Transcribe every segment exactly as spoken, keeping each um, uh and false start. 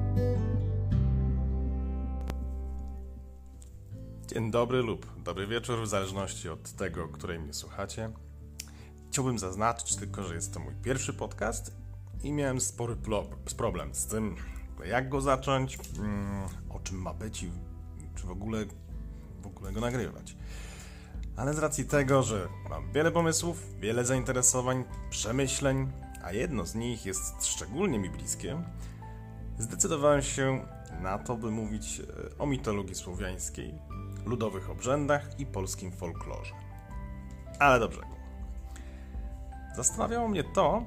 Dzień dobry lub dobry wieczór, w zależności od tego, której mnie słuchacie. Chciałbym zaznaczyć tylko, że jest to mój pierwszy podcast i miałem spory problem z tym, jak go zacząć, o czym ma być i czy w ogóle, w ogóle go nagrywać. Ale z racji tego, że mam wiele pomysłów, wiele zainteresowań, przemyśleń, a jedno z nich jest szczególnie mi bliskie, zdecydowałem się na to, by mówić o mitologii słowiańskiej, ludowych obrzędach i polskim folklorze. Ale do brzegu. Zastanawiało mnie to,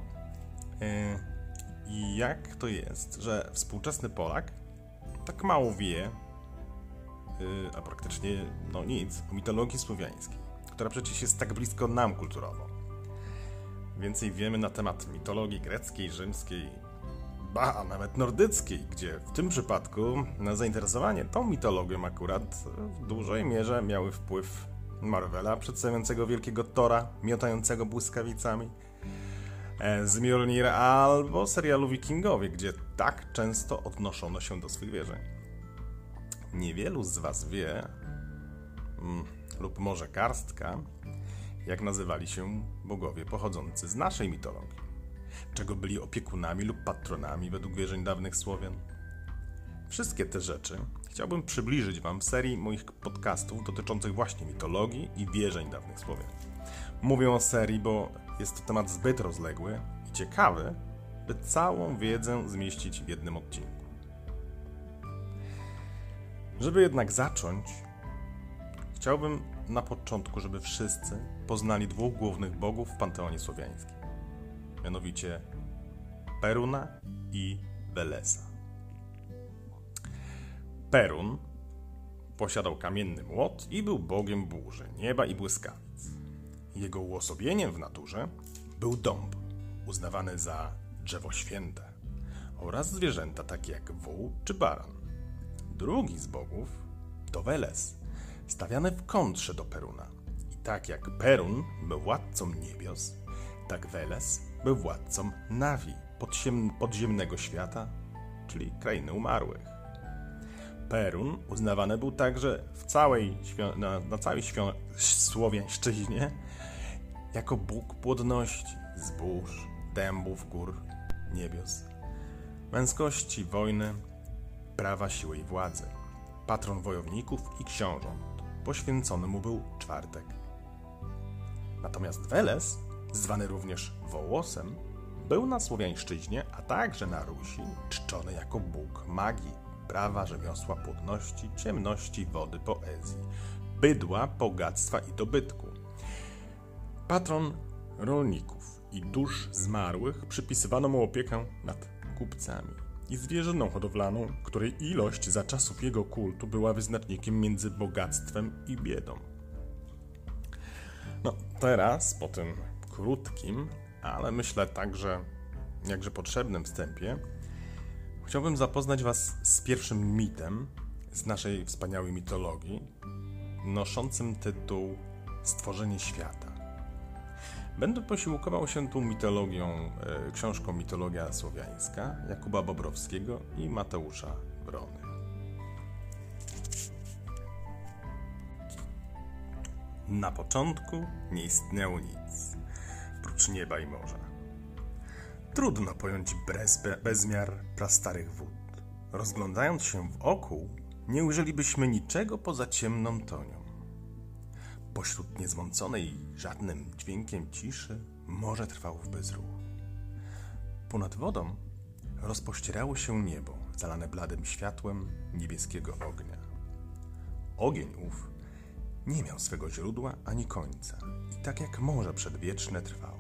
yy, jak to jest, że współczesny Polak tak mało wie, yy, a praktycznie no nic, o mitologii słowiańskiej, która przecież jest tak blisko nam kulturowo. Więcej wiemy na temat mitologii greckiej, rzymskiej, ba, a nawet nordyckiej, gdzie w tym przypadku na zainteresowanie tą mitologią akurat w dużej mierze miały wpływ Marvela, przedstawiającego wielkiego Thora, miotającego błyskawicami z Mjolnir, albo serialu Wikingowie, gdzie tak często odnoszono się do swych wierzeń. Niewielu z was wie, mm, lub może garstka, jak nazywali się bogowie pochodzący z naszej mitologii. Czego byli opiekunami lub patronami według wierzeń dawnych Słowian. Wszystkie te rzeczy chciałbym przybliżyć wam w serii moich podcastów dotyczących właśnie mitologii i wierzeń dawnych Słowian. Mówię o serii, bo jest to temat zbyt rozległy i ciekawy, by całą wiedzę zmieścić w jednym odcinku. Żeby jednak zacząć, chciałbym na początku, żeby wszyscy poznali dwóch głównych bogów w panteonie słowiańskim. Mianowicie Peruna i Velesa. Perun posiadał kamienny młot i był bogiem burzy, nieba i błyskawic. Jego uosobieniem w naturze był dąb, uznawany za drzewo święte, oraz zwierzęta takie jak wół czy baran. Drugi z bogów to Veles, stawiany w kontrze do Peruna. I tak jak Perun był władcą niebios, tak Veles był władcą Navi, podziem, podziemnego świata, czyli krainy umarłych. Perun uznawany był także w całej, na, na całej świ- słowiańszczyźnie jako bóg płodności, zbóż, dębów, gór, niebios, męskości, wojny, prawa, siły i władzy, patron wojowników i książąt. Poświęcony mu był czwartek. Natomiast Veles, zwany również Wołosem, był na słowiańszczyźnie, a także na Rusi, czczony jako bóg magii, prawa, rzemiosła, płodności, ciemności, wody, poezji, bydła, bogactwa i dobytku. Patron rolników i dusz zmarłych, przypisywano mu opiekę nad kupcami i zwierzyną hodowlaną, której ilość za czasów jego kultu była wyznacznikiem między bogactwem i biedą. No teraz, po tym krótkim, ale myślę także jakże potrzebnym wstępie, chciałbym zapoznać was z pierwszym mitem z naszej wspaniałej mitologii, noszącym tytuł Stworzenie świata. Będę posiłkował się tu mitologią, e, książką Mitologia Słowiańska Jakuba Bobrowskiego i Mateusza Wrony. Na początku nie istniało nic, prócz nieba i morza. Trudno pojąć bez, bezmiar prastarych wód. Rozglądając się wokół, nie ujrzelibyśmy niczego poza ciemną tonią. Pośród niezmąconej żadnym dźwiękiem ciszy morze trwało w bezruchu. Ponad wodą rozpościerało się niebo, zalane bladym światłem niebieskiego ognia. Ogień ów nie miał swego źródła ani końca i tak jak morze przedwieczne trwał.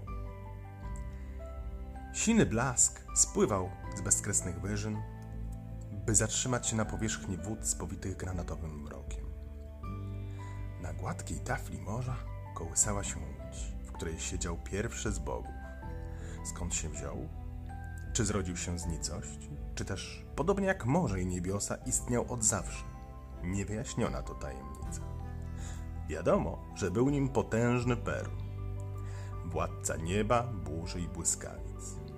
Siny blask spływał z bezkresnych wyżyn, by zatrzymać się na powierzchni wód spowitych granatowym mrokiem. Na gładkiej tafli morza kołysała się łódź, w której siedział pierwszy z bogów. Skąd się wziął? Czy zrodził się z nicości? Czy też, podobnie jak morze i niebiosa, istniał od zawsze? Niewyjaśniona to tajemnica. Wiadomo, że był nim potężny Perun, władca nieba, burzy i błyskawic.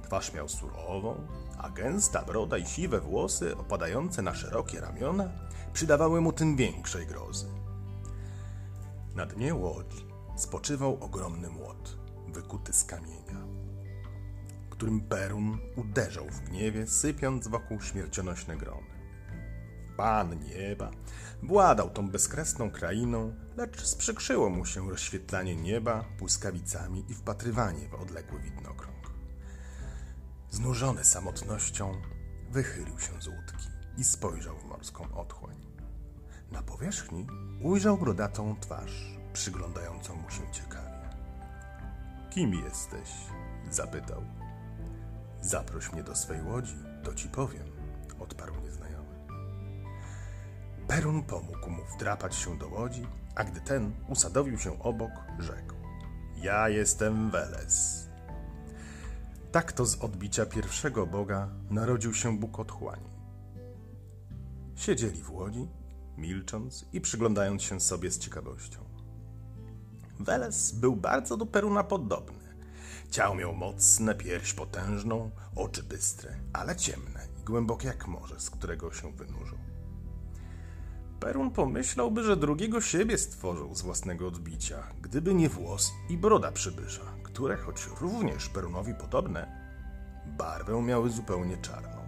Twarz miał surową, a gęsta broda i siwe włosy opadające na szerokie ramiona przydawały mu tym większej grozy. Na dnie łodzi spoczywał ogromny młot, wykuty z kamienia, którym Perun uderzał w gniewie, sypiąc wokół śmiercionośne gromy. Pan nieba władał tą bezkresną krainą, lecz sprzykrzyło mu się rozświetlanie nieba błyskawicami i wpatrywanie w odległy widnokrąg. Znużony samotnością, wychylił się z łódki i spojrzał w morską otchłań. Na powierzchni ujrzał brodatą twarz, przyglądającą mu się ciekawie. Kim jesteś? Zapytał. Zaproś mnie do swej łodzi, to ci powiem, odparł nieznajomy. Perun pomógł mu wdrapać się do łodzi, a gdy ten usadowił się obok, rzekł: Ja jestem Veles. Tak to z odbicia pierwszego Boga narodził się Bóg otchłani. Siedzieli w łodzi, milcząc i przyglądając się sobie z ciekawością. Veles był bardzo do Peruna podobny. Ciało miał mocne, pierś potężną, oczy bystre, ale ciemne i głębokie jak morze, z którego się wynurzył. Perun pomyślałby, że drugiego siebie stworzył z własnego odbicia, gdyby nie włos i broda przybysza, które, choć również Perunowi podobne, barwę miały zupełnie czarną.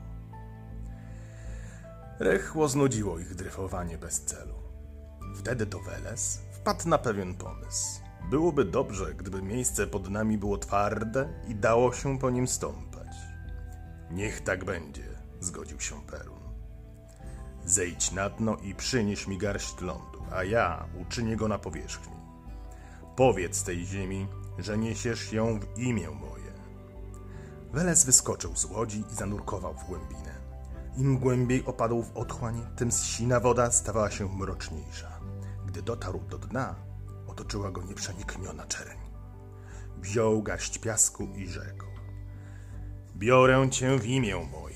Rychło znudziło ich dryfowanie bez celu. Wtedy to Veles wpadł na pewien pomysł. Byłoby dobrze, gdyby miejsce pod nami było twarde i dało się po nim stąpać. Niech tak będzie, zgodził się Perun. Zejdź na dno i przynieś mi garść lądu, a ja uczynię go na powierzchni. Powiedz tej ziemi, że niesiesz ją w imię moje. Veles wyskoczył z łodzi i zanurkował w głębinę. Im głębiej opadł w otchłań, tym sina woda stawała się mroczniejsza. Gdy dotarł do dna, otoczyła go nieprzenikniona czerń. Wziął garść piasku i rzekł: Biorę cię w imię moje.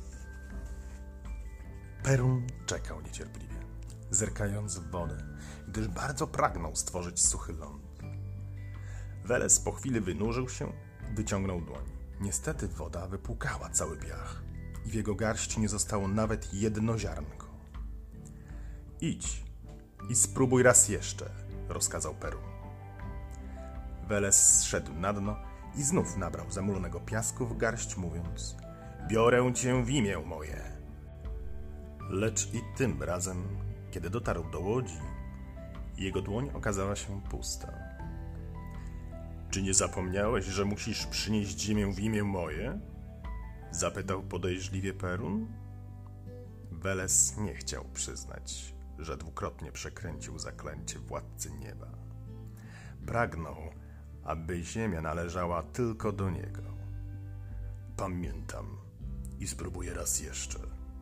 Perun czekał niecierpliwie, zerkając w wodę, gdyż bardzo pragnął stworzyć suchy ląd. Veles po chwili wynurzył się, wyciągnął dłoń. Niestety woda wypłukała cały piach i w jego garści nie zostało nawet jedno ziarnko. Idź i spróbuj raz jeszcze, rozkazał Perun. Veles zszedł na dno i znów nabrał zamulonego piasku w garść, mówiąc: Biorę cię w imię moje. Lecz i tym razem, kiedy dotarł do łodzi, jego dłoń okazała się pusta. Czy nie zapomniałeś, że musisz przynieść ziemię w imię moje? Zapytał podejrzliwie Perun. Veles nie chciał przyznać, że dwukrotnie przekręcił zaklęcie władcy nieba. Pragnął, aby ziemia należała tylko do niego. Pamiętam i spróbuję raz jeszcze.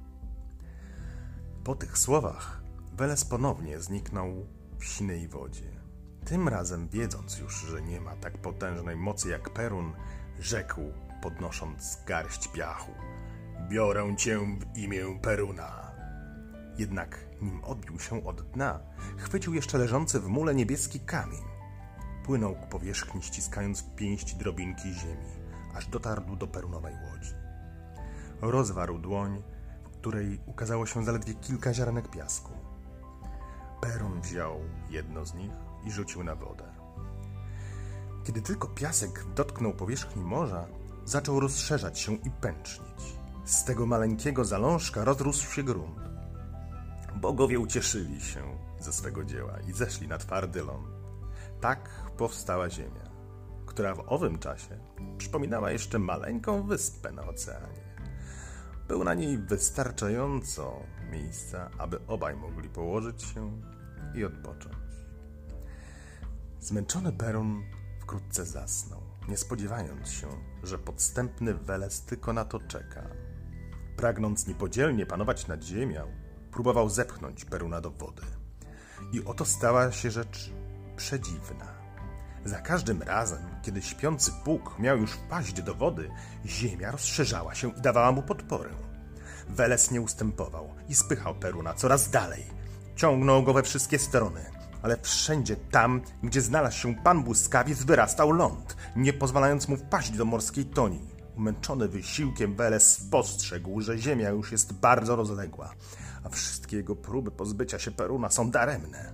Po tych słowach Veles ponownie zniknął w sinej wodzie. Tym razem, wiedząc już, że nie ma tak potężnej mocy jak Perun, rzekł, podnosząc garść piachu: Biorę cię w imię Peruna. Jednak nim odbił się od dna, chwycił jeszcze leżący w mule niebieski kamień. Płynął ku powierzchni, ściskając w pięści drobinki ziemi, aż dotarł do Perunowej łodzi. Rozwarł dłoń, w której ukazało się zaledwie kilka ziarnek piasku. Perun wziął jedno z nich i rzucił na wodę. Kiedy tylko piasek dotknął powierzchni morza, zaczął rozszerzać się i pęcznieć. Z tego maleńkiego zalążka rozrósł się grunt. Bogowie ucieszyli się ze swego dzieła i zeszli na twardy ląd. Tak powstała ziemia, która w owym czasie przypominała jeszcze maleńką wyspę na oceanie. Było na niej wystarczająco miejsca, aby obaj mogli położyć się i odpocząć. Zmęczony Perun wkrótce zasnął, nie spodziewając się, że podstępny Veles tylko na to czeka. Pragnąc niepodzielnie panować nad ziemią, próbował zepchnąć Peruna do wody. I oto stała się rzecz przedziwna. Za każdym razem, kiedy śpiący Bóg miał już wpaść do wody, ziemia rozszerzała się i dawała mu podporę. Veles nie ustępował i spychał Peruna coraz dalej. Ciągnął go we wszystkie strony, ale wszędzie tam, gdzie znalazł się Pan Błyskawiec, wyrastał ląd, nie pozwalając mu wpaść do morskiej toni. Umęczony wysiłkiem Veles spostrzegł, że ziemia już jest bardzo rozległa, a wszystkie jego próby pozbycia się Peruna są daremne.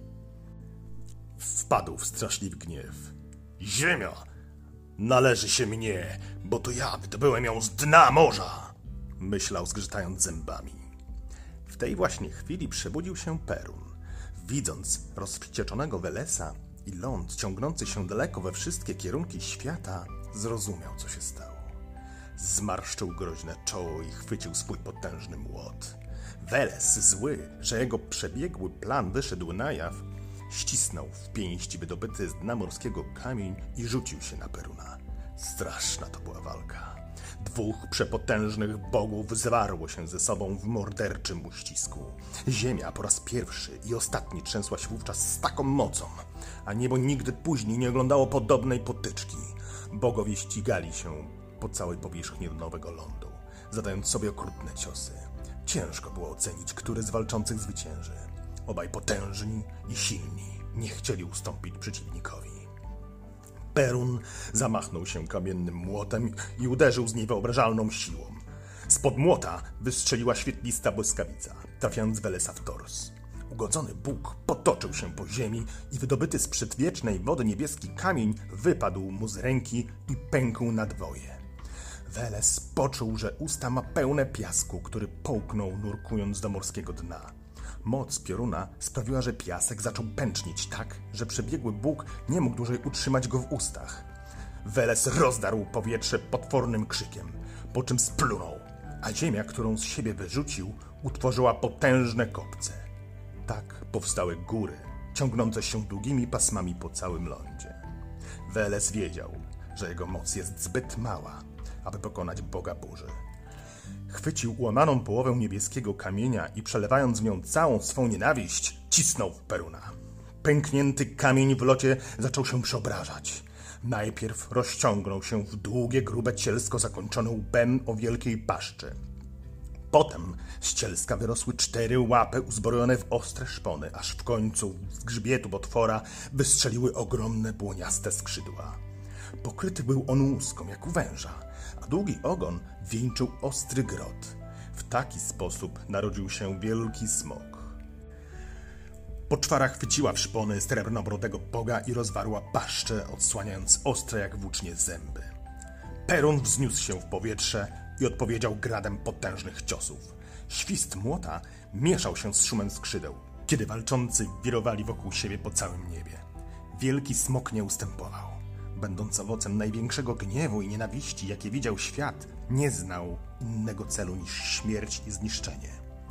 Wpadł w straszliwy gniew. Ziemia należy się mnie, bo to ja wydobyłem ją z dna morza, myślał, zgrzytając zębami. W tej właśnie chwili przebudził się Perun. Widząc rozwścieczonego Velesa i ląd ciągnący się daleko we wszystkie kierunki świata, zrozumiał, co się stało. Zmarszczył groźne czoło i chwycił swój potężny młot. Veles, zły, że jego przebiegły plan wyszedł na jaw, ścisnął w pięści wydobyty z dna morskiego kamień i rzucił się na Peruna. Straszna to była walka. Dwóch przepotężnych bogów zwarło się ze sobą w morderczym uścisku. Ziemia po raz pierwszy i ostatni trzęsła się wówczas z taką mocą, a niebo nigdy później nie oglądało podobnej potyczki. Bogowie ścigali się po całej powierzchni nowego lądu, zadając sobie okrutne ciosy. Ciężko było ocenić, który z walczących zwycięży. Obaj potężni i silni nie chcieli ustąpić przeciwnikowi. Perun zamachnął się kamiennym młotem i uderzył z niewyobrażalną siłą. Spod młota wystrzeliła świetlista błyskawica, trafiając Velesa w tors. Ugodzony Bóg potoczył się po ziemi i wydobyty z przedwiecznej wody niebieski kamień wypadł mu z ręki i pękł na dwoje. Veles poczuł, że usta ma pełne piasku, który połknął, nurkując do morskiego dna. Moc pioruna sprawiła, że piasek zaczął pęcznieć tak, że przebiegły Bóg nie mógł dłużej utrzymać go w ustach. Veles rozdarł powietrze potwornym krzykiem, po czym splunął, a ziemia, którą z siebie wyrzucił, utworzyła potężne kopce. Tak powstały góry, ciągnące się długimi pasmami po całym lądzie. Veles wiedział, że jego moc jest zbyt mała, aby pokonać Boga burzy. Chwycił ułamaną połowę niebieskiego kamienia i przelewając w nią całą swą nienawiść, cisnął w Peruna. Pęknięty kamień w locie zaczął się przeobrażać. Najpierw rozciągnął się w długie, grube cielsko zakończone łbem o wielkiej paszczy. Potem z cielska wyrosły cztery łapy uzbrojone w ostre szpony, aż w końcu z grzbietu potwora wystrzeliły ogromne błoniaste skrzydła. Pokryty był on łuską, jak u węża, a długi ogon wieńczył ostry grot. W taki sposób narodził się wielki smok. Poczwara chwyciła w szpony srebrnobrodego boga i rozwarła paszczę, odsłaniając ostre jak włócznie zęby. Perun wzniósł się w powietrze i odpowiedział gradem potężnych ciosów. Świst młota mieszał się z szumem skrzydeł, kiedy walczący wirowali wokół siebie po całym niebie. Wielki smok nie ustępował. Będąc owocem największego gniewu i nienawiści, jakie widział świat, nie znał innego celu niż śmierć i zniszczenie.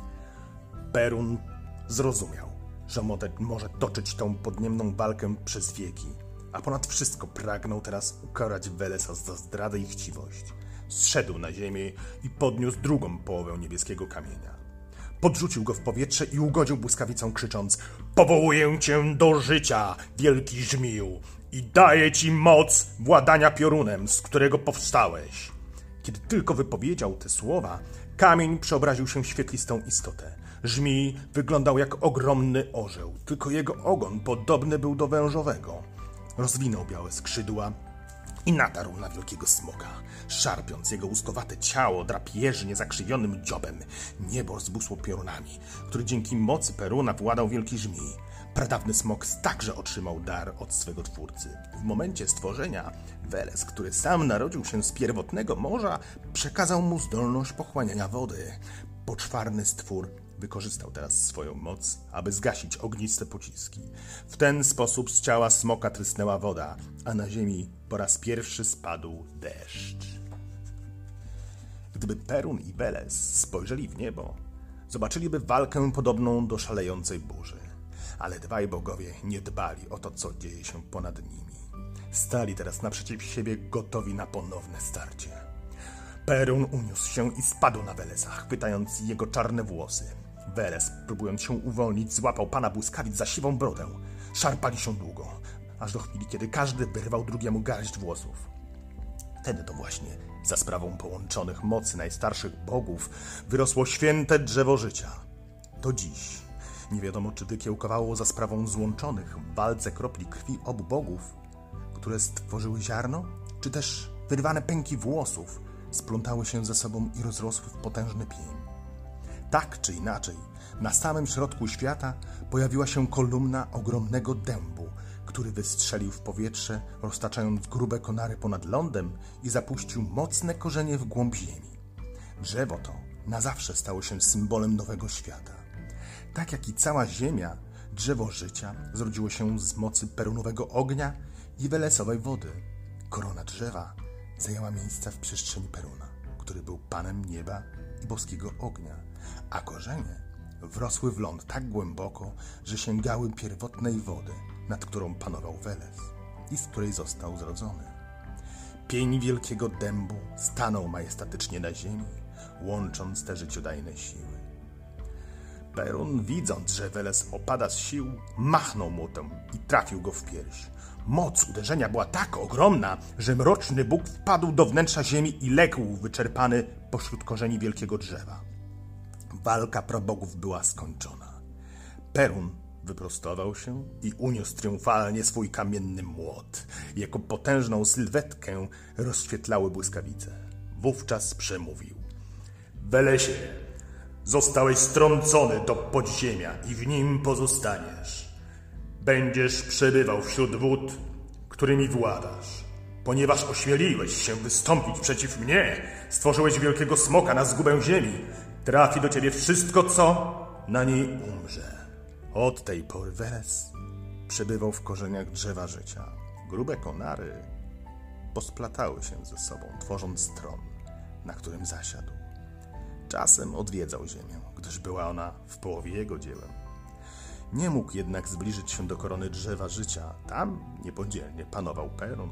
Perun zrozumiał, że może toczyć tą podniemną walkę przez wieki, a ponad wszystko pragnął teraz ukarać Velesa za zdradę i chciwość. Zszedł na ziemię i podniósł drugą połowę niebieskiego kamienia. Podrzucił go w powietrze i ugodził błyskawicą, krzycząc: „Powołuję cię do życia, wielki żmiju, i daję ci moc władania piorunem, z którego powstałeś”. Kiedy tylko wypowiedział te słowa, kamień przeobraził się w świetlistą istotę. Żmij wyglądał jak ogromny orzeł, tylko jego ogon podobny był do wężowego. Rozwinął białe skrzydła i natarł na wielkiego smoka, szarpiąc jego łuskowate ciało drapieżnie zakrzywionym dziobem. Niebo zbusło piorunami, który dzięki mocy Peruna władał wielki żmij. Pradawny smok także otrzymał dar od swego twórcy. W momencie stworzenia Veles, który sam narodził się z pierwotnego morza, przekazał mu zdolność pochłaniania wody. Poczwarny stwór wykorzystał teraz swoją moc, aby zgasić ogniste pociski. W ten sposób z ciała smoka trysnęła woda, a na ziemi po raz pierwszy spadł deszcz. Gdyby Perun i Veles spojrzeli w niebo, zobaczyliby walkę podobną do szalejącej burzy. Ale dwaj bogowie nie dbali o to, co dzieje się ponad nimi. Stali teraz naprzeciw siebie, gotowi na ponowne starcie. Perun uniósł się i spadł na Velesa, chwytając jego czarne włosy. Veles, próbując się uwolnić, złapał pana błyskawic za siwą brodę. Szarpali się długo, aż do chwili, kiedy każdy wyrwał drugiemu garść włosów. Wtedy to właśnie, za sprawą połączonych mocy najstarszych bogów, wyrosło święte drzewo życia. Do dziś nie wiadomo, czy wykiełkowało za sprawą złączonych w walce kropli krwi obu bogów, które stworzyły ziarno, czy też wyrwane pęki włosów, splątały się ze sobą i rozrosły w potężny pień. Tak czy inaczej, na samym środku świata pojawiła się kolumna ogromnego dębu, który wystrzelił w powietrze, roztaczając grube konary ponad lądem i zapuścił mocne korzenie w głąb ziemi. Drzewo to na zawsze stało się symbolem nowego świata. Tak jak i cała ziemia, drzewo życia zrodziło się z mocy perunowego ognia i welesowej wody. Korona drzewa zajęła miejsce w przestrzeni Peruna, który był panem nieba i boskiego ognia, a korzenie wrosły w ląd tak głęboko, że sięgały pierwotnej wody, nad którą panował Weles i z której został zrodzony. Pień wielkiego dębu stanął majestatycznie na ziemi, łącząc te życiodajne siły. Perun, widząc, że Weles opada z sił, machnął młotem i trafił go w pierś. Moc uderzenia była tak ogromna, że mroczny Bóg wpadł do wnętrza ziemi i legł wyczerpany pośród korzeni wielkiego drzewa. Walka prabogów była skończona. Perun wyprostował się i uniósł triumfalnie swój kamienny młot. Jako potężną sylwetkę rozświetlały błyskawice. Wówczas przemówił: Welesie, zostałeś strącony do podziemia i w nim pozostaniesz. Będziesz przebywał wśród wód, którymi władasz. Ponieważ ośmieliłeś się wystąpić przeciw mnie, stworzyłeś wielkiego smoka na zgubę ziemi. Trafi do ciebie wszystko, co na niej umrze. Od tej pory Weles przebywał w korzeniach drzewa życia. Grube konary posplatały się ze sobą, tworząc tron, na którym zasiadł. Czasem odwiedzał ziemię, gdyż była ona w połowie jego dziełem. Nie mógł jednak zbliżyć się do korony drzewa życia. Tam niepodzielnie panował Perun.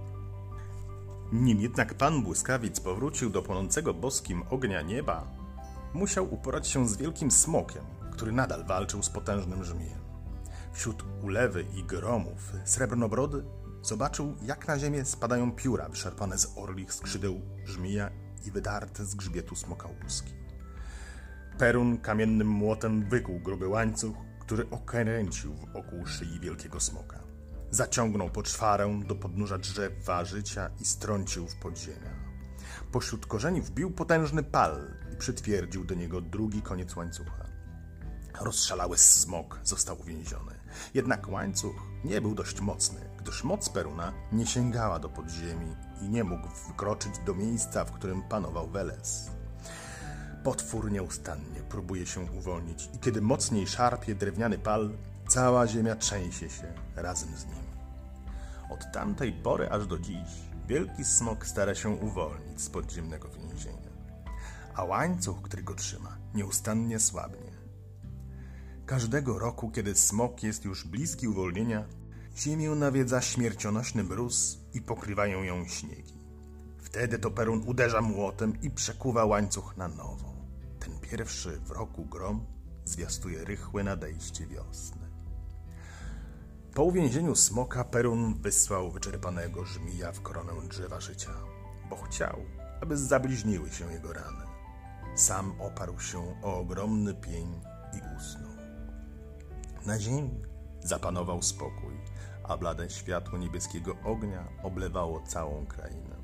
Nim jednak pan błyskawic powrócił do płonącego boskim ognia nieba, musiał uporać się z wielkim smokiem, który nadal walczył z potężnym żmijem. Wśród ulewy i gromów Srebrnobrody zobaczył, jak na ziemię spadają pióra wyszarpane z orlich skrzydeł żmija i wydarte z grzbietu smoka łuski. Perun kamiennym młotem wykuł gruby łańcuch, który okręcił wokół szyi wielkiego smoka. Zaciągnął poczwarę do podnóża drzewa życia i strącił w podziemia. Pośród korzeni wbił potężny pal i przytwierdził do niego drugi koniec łańcucha. Rozszalały smok został uwięziony. Jednak łańcuch nie był dość mocny, gdyż moc Peruna nie sięgała do podziemi i nie mógł wkroczyć do miejsca, w którym panował Weles. Potwór nieustannie próbuje się uwolnić i kiedy mocniej szarpie drewniany pal, cała ziemia trzęsie się razem z nim. Od tamtej pory aż do dziś wielki smok stara się uwolnić z podziemnego więzienia, a łańcuch, który go trzyma, nieustannie słabnie. Każdego roku, kiedy smok jest już bliski uwolnienia, ziemię nawiedza śmiercionośny mróz i pokrywają ją śniegi. Wtedy to Perun uderza młotem i przekuwa łańcuch na nowo. Ten pierwszy w roku grom zwiastuje rychłe nadejście wiosny. Po uwięzieniu smoka Perun wysłał wyczerpanego żmija w koronę drzewa życia, bo chciał, aby zabliźniły się jego rany. Sam oparł się o ogromny pień i usnął. Na ziemi zapanował spokój, a blade światło niebieskiego ognia oblewało całą krainę.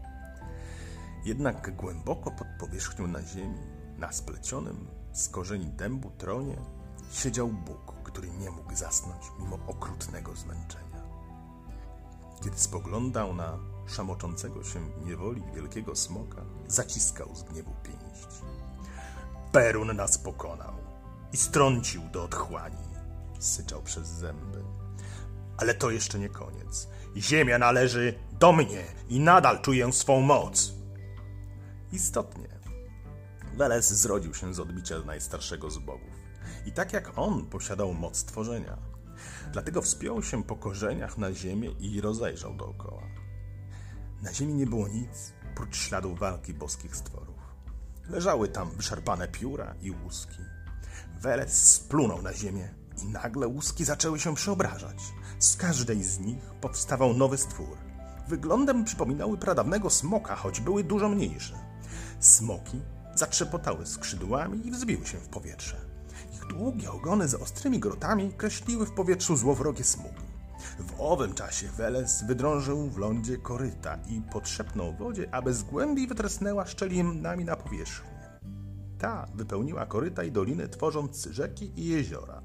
Jednak głęboko pod powierzchnią na ziemi, na splecionym z korzeni dębu tronie, siedział Bóg, który nie mógł zasnąć mimo okrutnego zmęczenia. Kiedy spoglądał na szamoczącego się niewoli wielkiego smoka, zaciskał z gniewu pięść. Perun nas pokonał i strącił do otchłani, syczał przez zęby. Ale to jeszcze nie koniec. Ziemia należy do mnie i nadal czuję swą moc. Istotnie, Weles zrodził się z odbicia najstarszego z bogów i tak jak on posiadał moc tworzenia. Dlatego wspiął się po korzeniach na ziemię i rozejrzał dookoła. Na ziemi nie było nic, prócz śladów walki boskich stworów. Leżały tam wyszarpane pióra i łuski. Weles splunął na ziemię i nagle łuski zaczęły się przeobrażać. Z każdej z nich powstawał nowy stwór. Wyglądem przypominały pradawnego smoka, choć były dużo mniejsze. Smoki zatrzepotały skrzydłami i wzbiły się w powietrze. Ich długie ogony z ostrymi grotami kreśliły w powietrzu złowrogie smugi. W owym czasie Weles wydrążył w lądzie koryta i podszepnął wodzie, aby z głębi wytresnęła szczelinami na powierzchnię. Ta wypełniła koryta i doliny, tworząc rzeki i jeziora.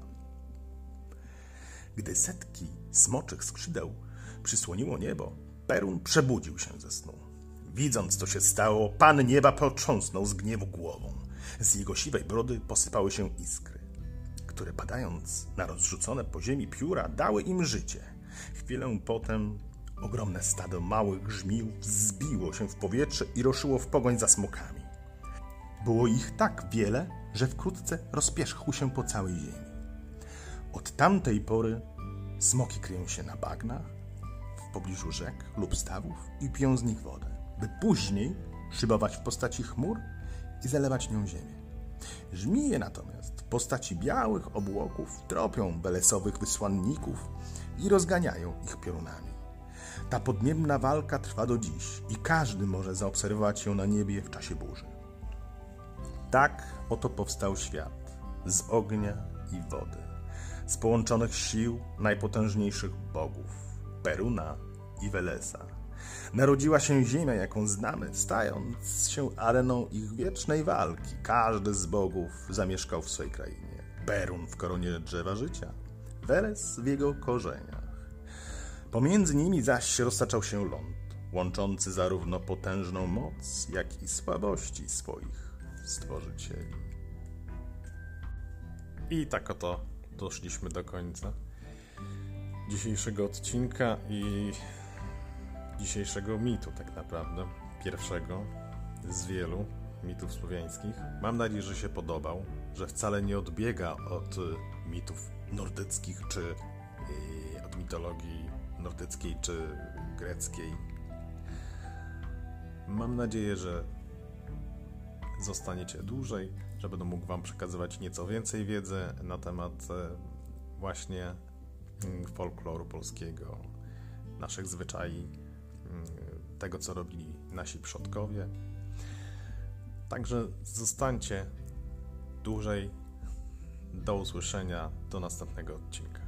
Gdy setki smoczych skrzydeł przysłoniło niebo, Perun przebudził się ze snu. Widząc, co się stało, Pan Nieba potrząsnął z gniewu głową. Z jego siwej brody posypały się iskry, które padając na rozrzucone po ziemi pióra, dały im życie. Chwilę potem ogromne stado małych żmił wzbiło się w powietrze i ruszyło w pogoń za smokami. Było ich tak wiele, że wkrótce rozpierzchły się po całej ziemi. Od tamtej pory smoki kryją się na bagnach, w pobliżu rzek lub stawów i piją z nich wodę, by później szybować w postaci chmur i zalewać nią ziemię. Żmije natomiast w postaci białych obłoków tropią Welesowych wysłanników i rozganiają ich piorunami. Ta podniebna walka trwa do dziś i każdy może zaobserwować ją na niebie w czasie burzy. Tak oto powstał świat z ognia i wody, z połączonych sił najpotężniejszych bogów, Peruna i Welesa. Narodziła się ziemia, jaką znamy, stając się areną ich wiecznej walki. Każdy z bogów zamieszkał w swej krainie. Perun w koronie drzewa życia, Weles w jego korzeniach. Pomiędzy nimi zaś roztaczał się ląd, łączący zarówno potężną moc, jak i słabości swoich stworzycieli. I tak oto doszliśmy do końca dzisiejszego odcinka i dzisiejszego mitu tak naprawdę, pierwszego z wielu mitów słowiańskich. Mam nadzieję, że się podobał, że wcale nie odbiega od mitów nordyckich, czy od mitologii nordyckiej, czy greckiej. Mam nadzieję, że zostaniecie dłużej, że będę mógł wam przekazywać nieco więcej wiedzy na temat właśnie folkloru polskiego, naszych zwyczai, tego, co robili nasi przodkowie. Także zostańcie dłużej. Do usłyszenia, do następnego odcinka.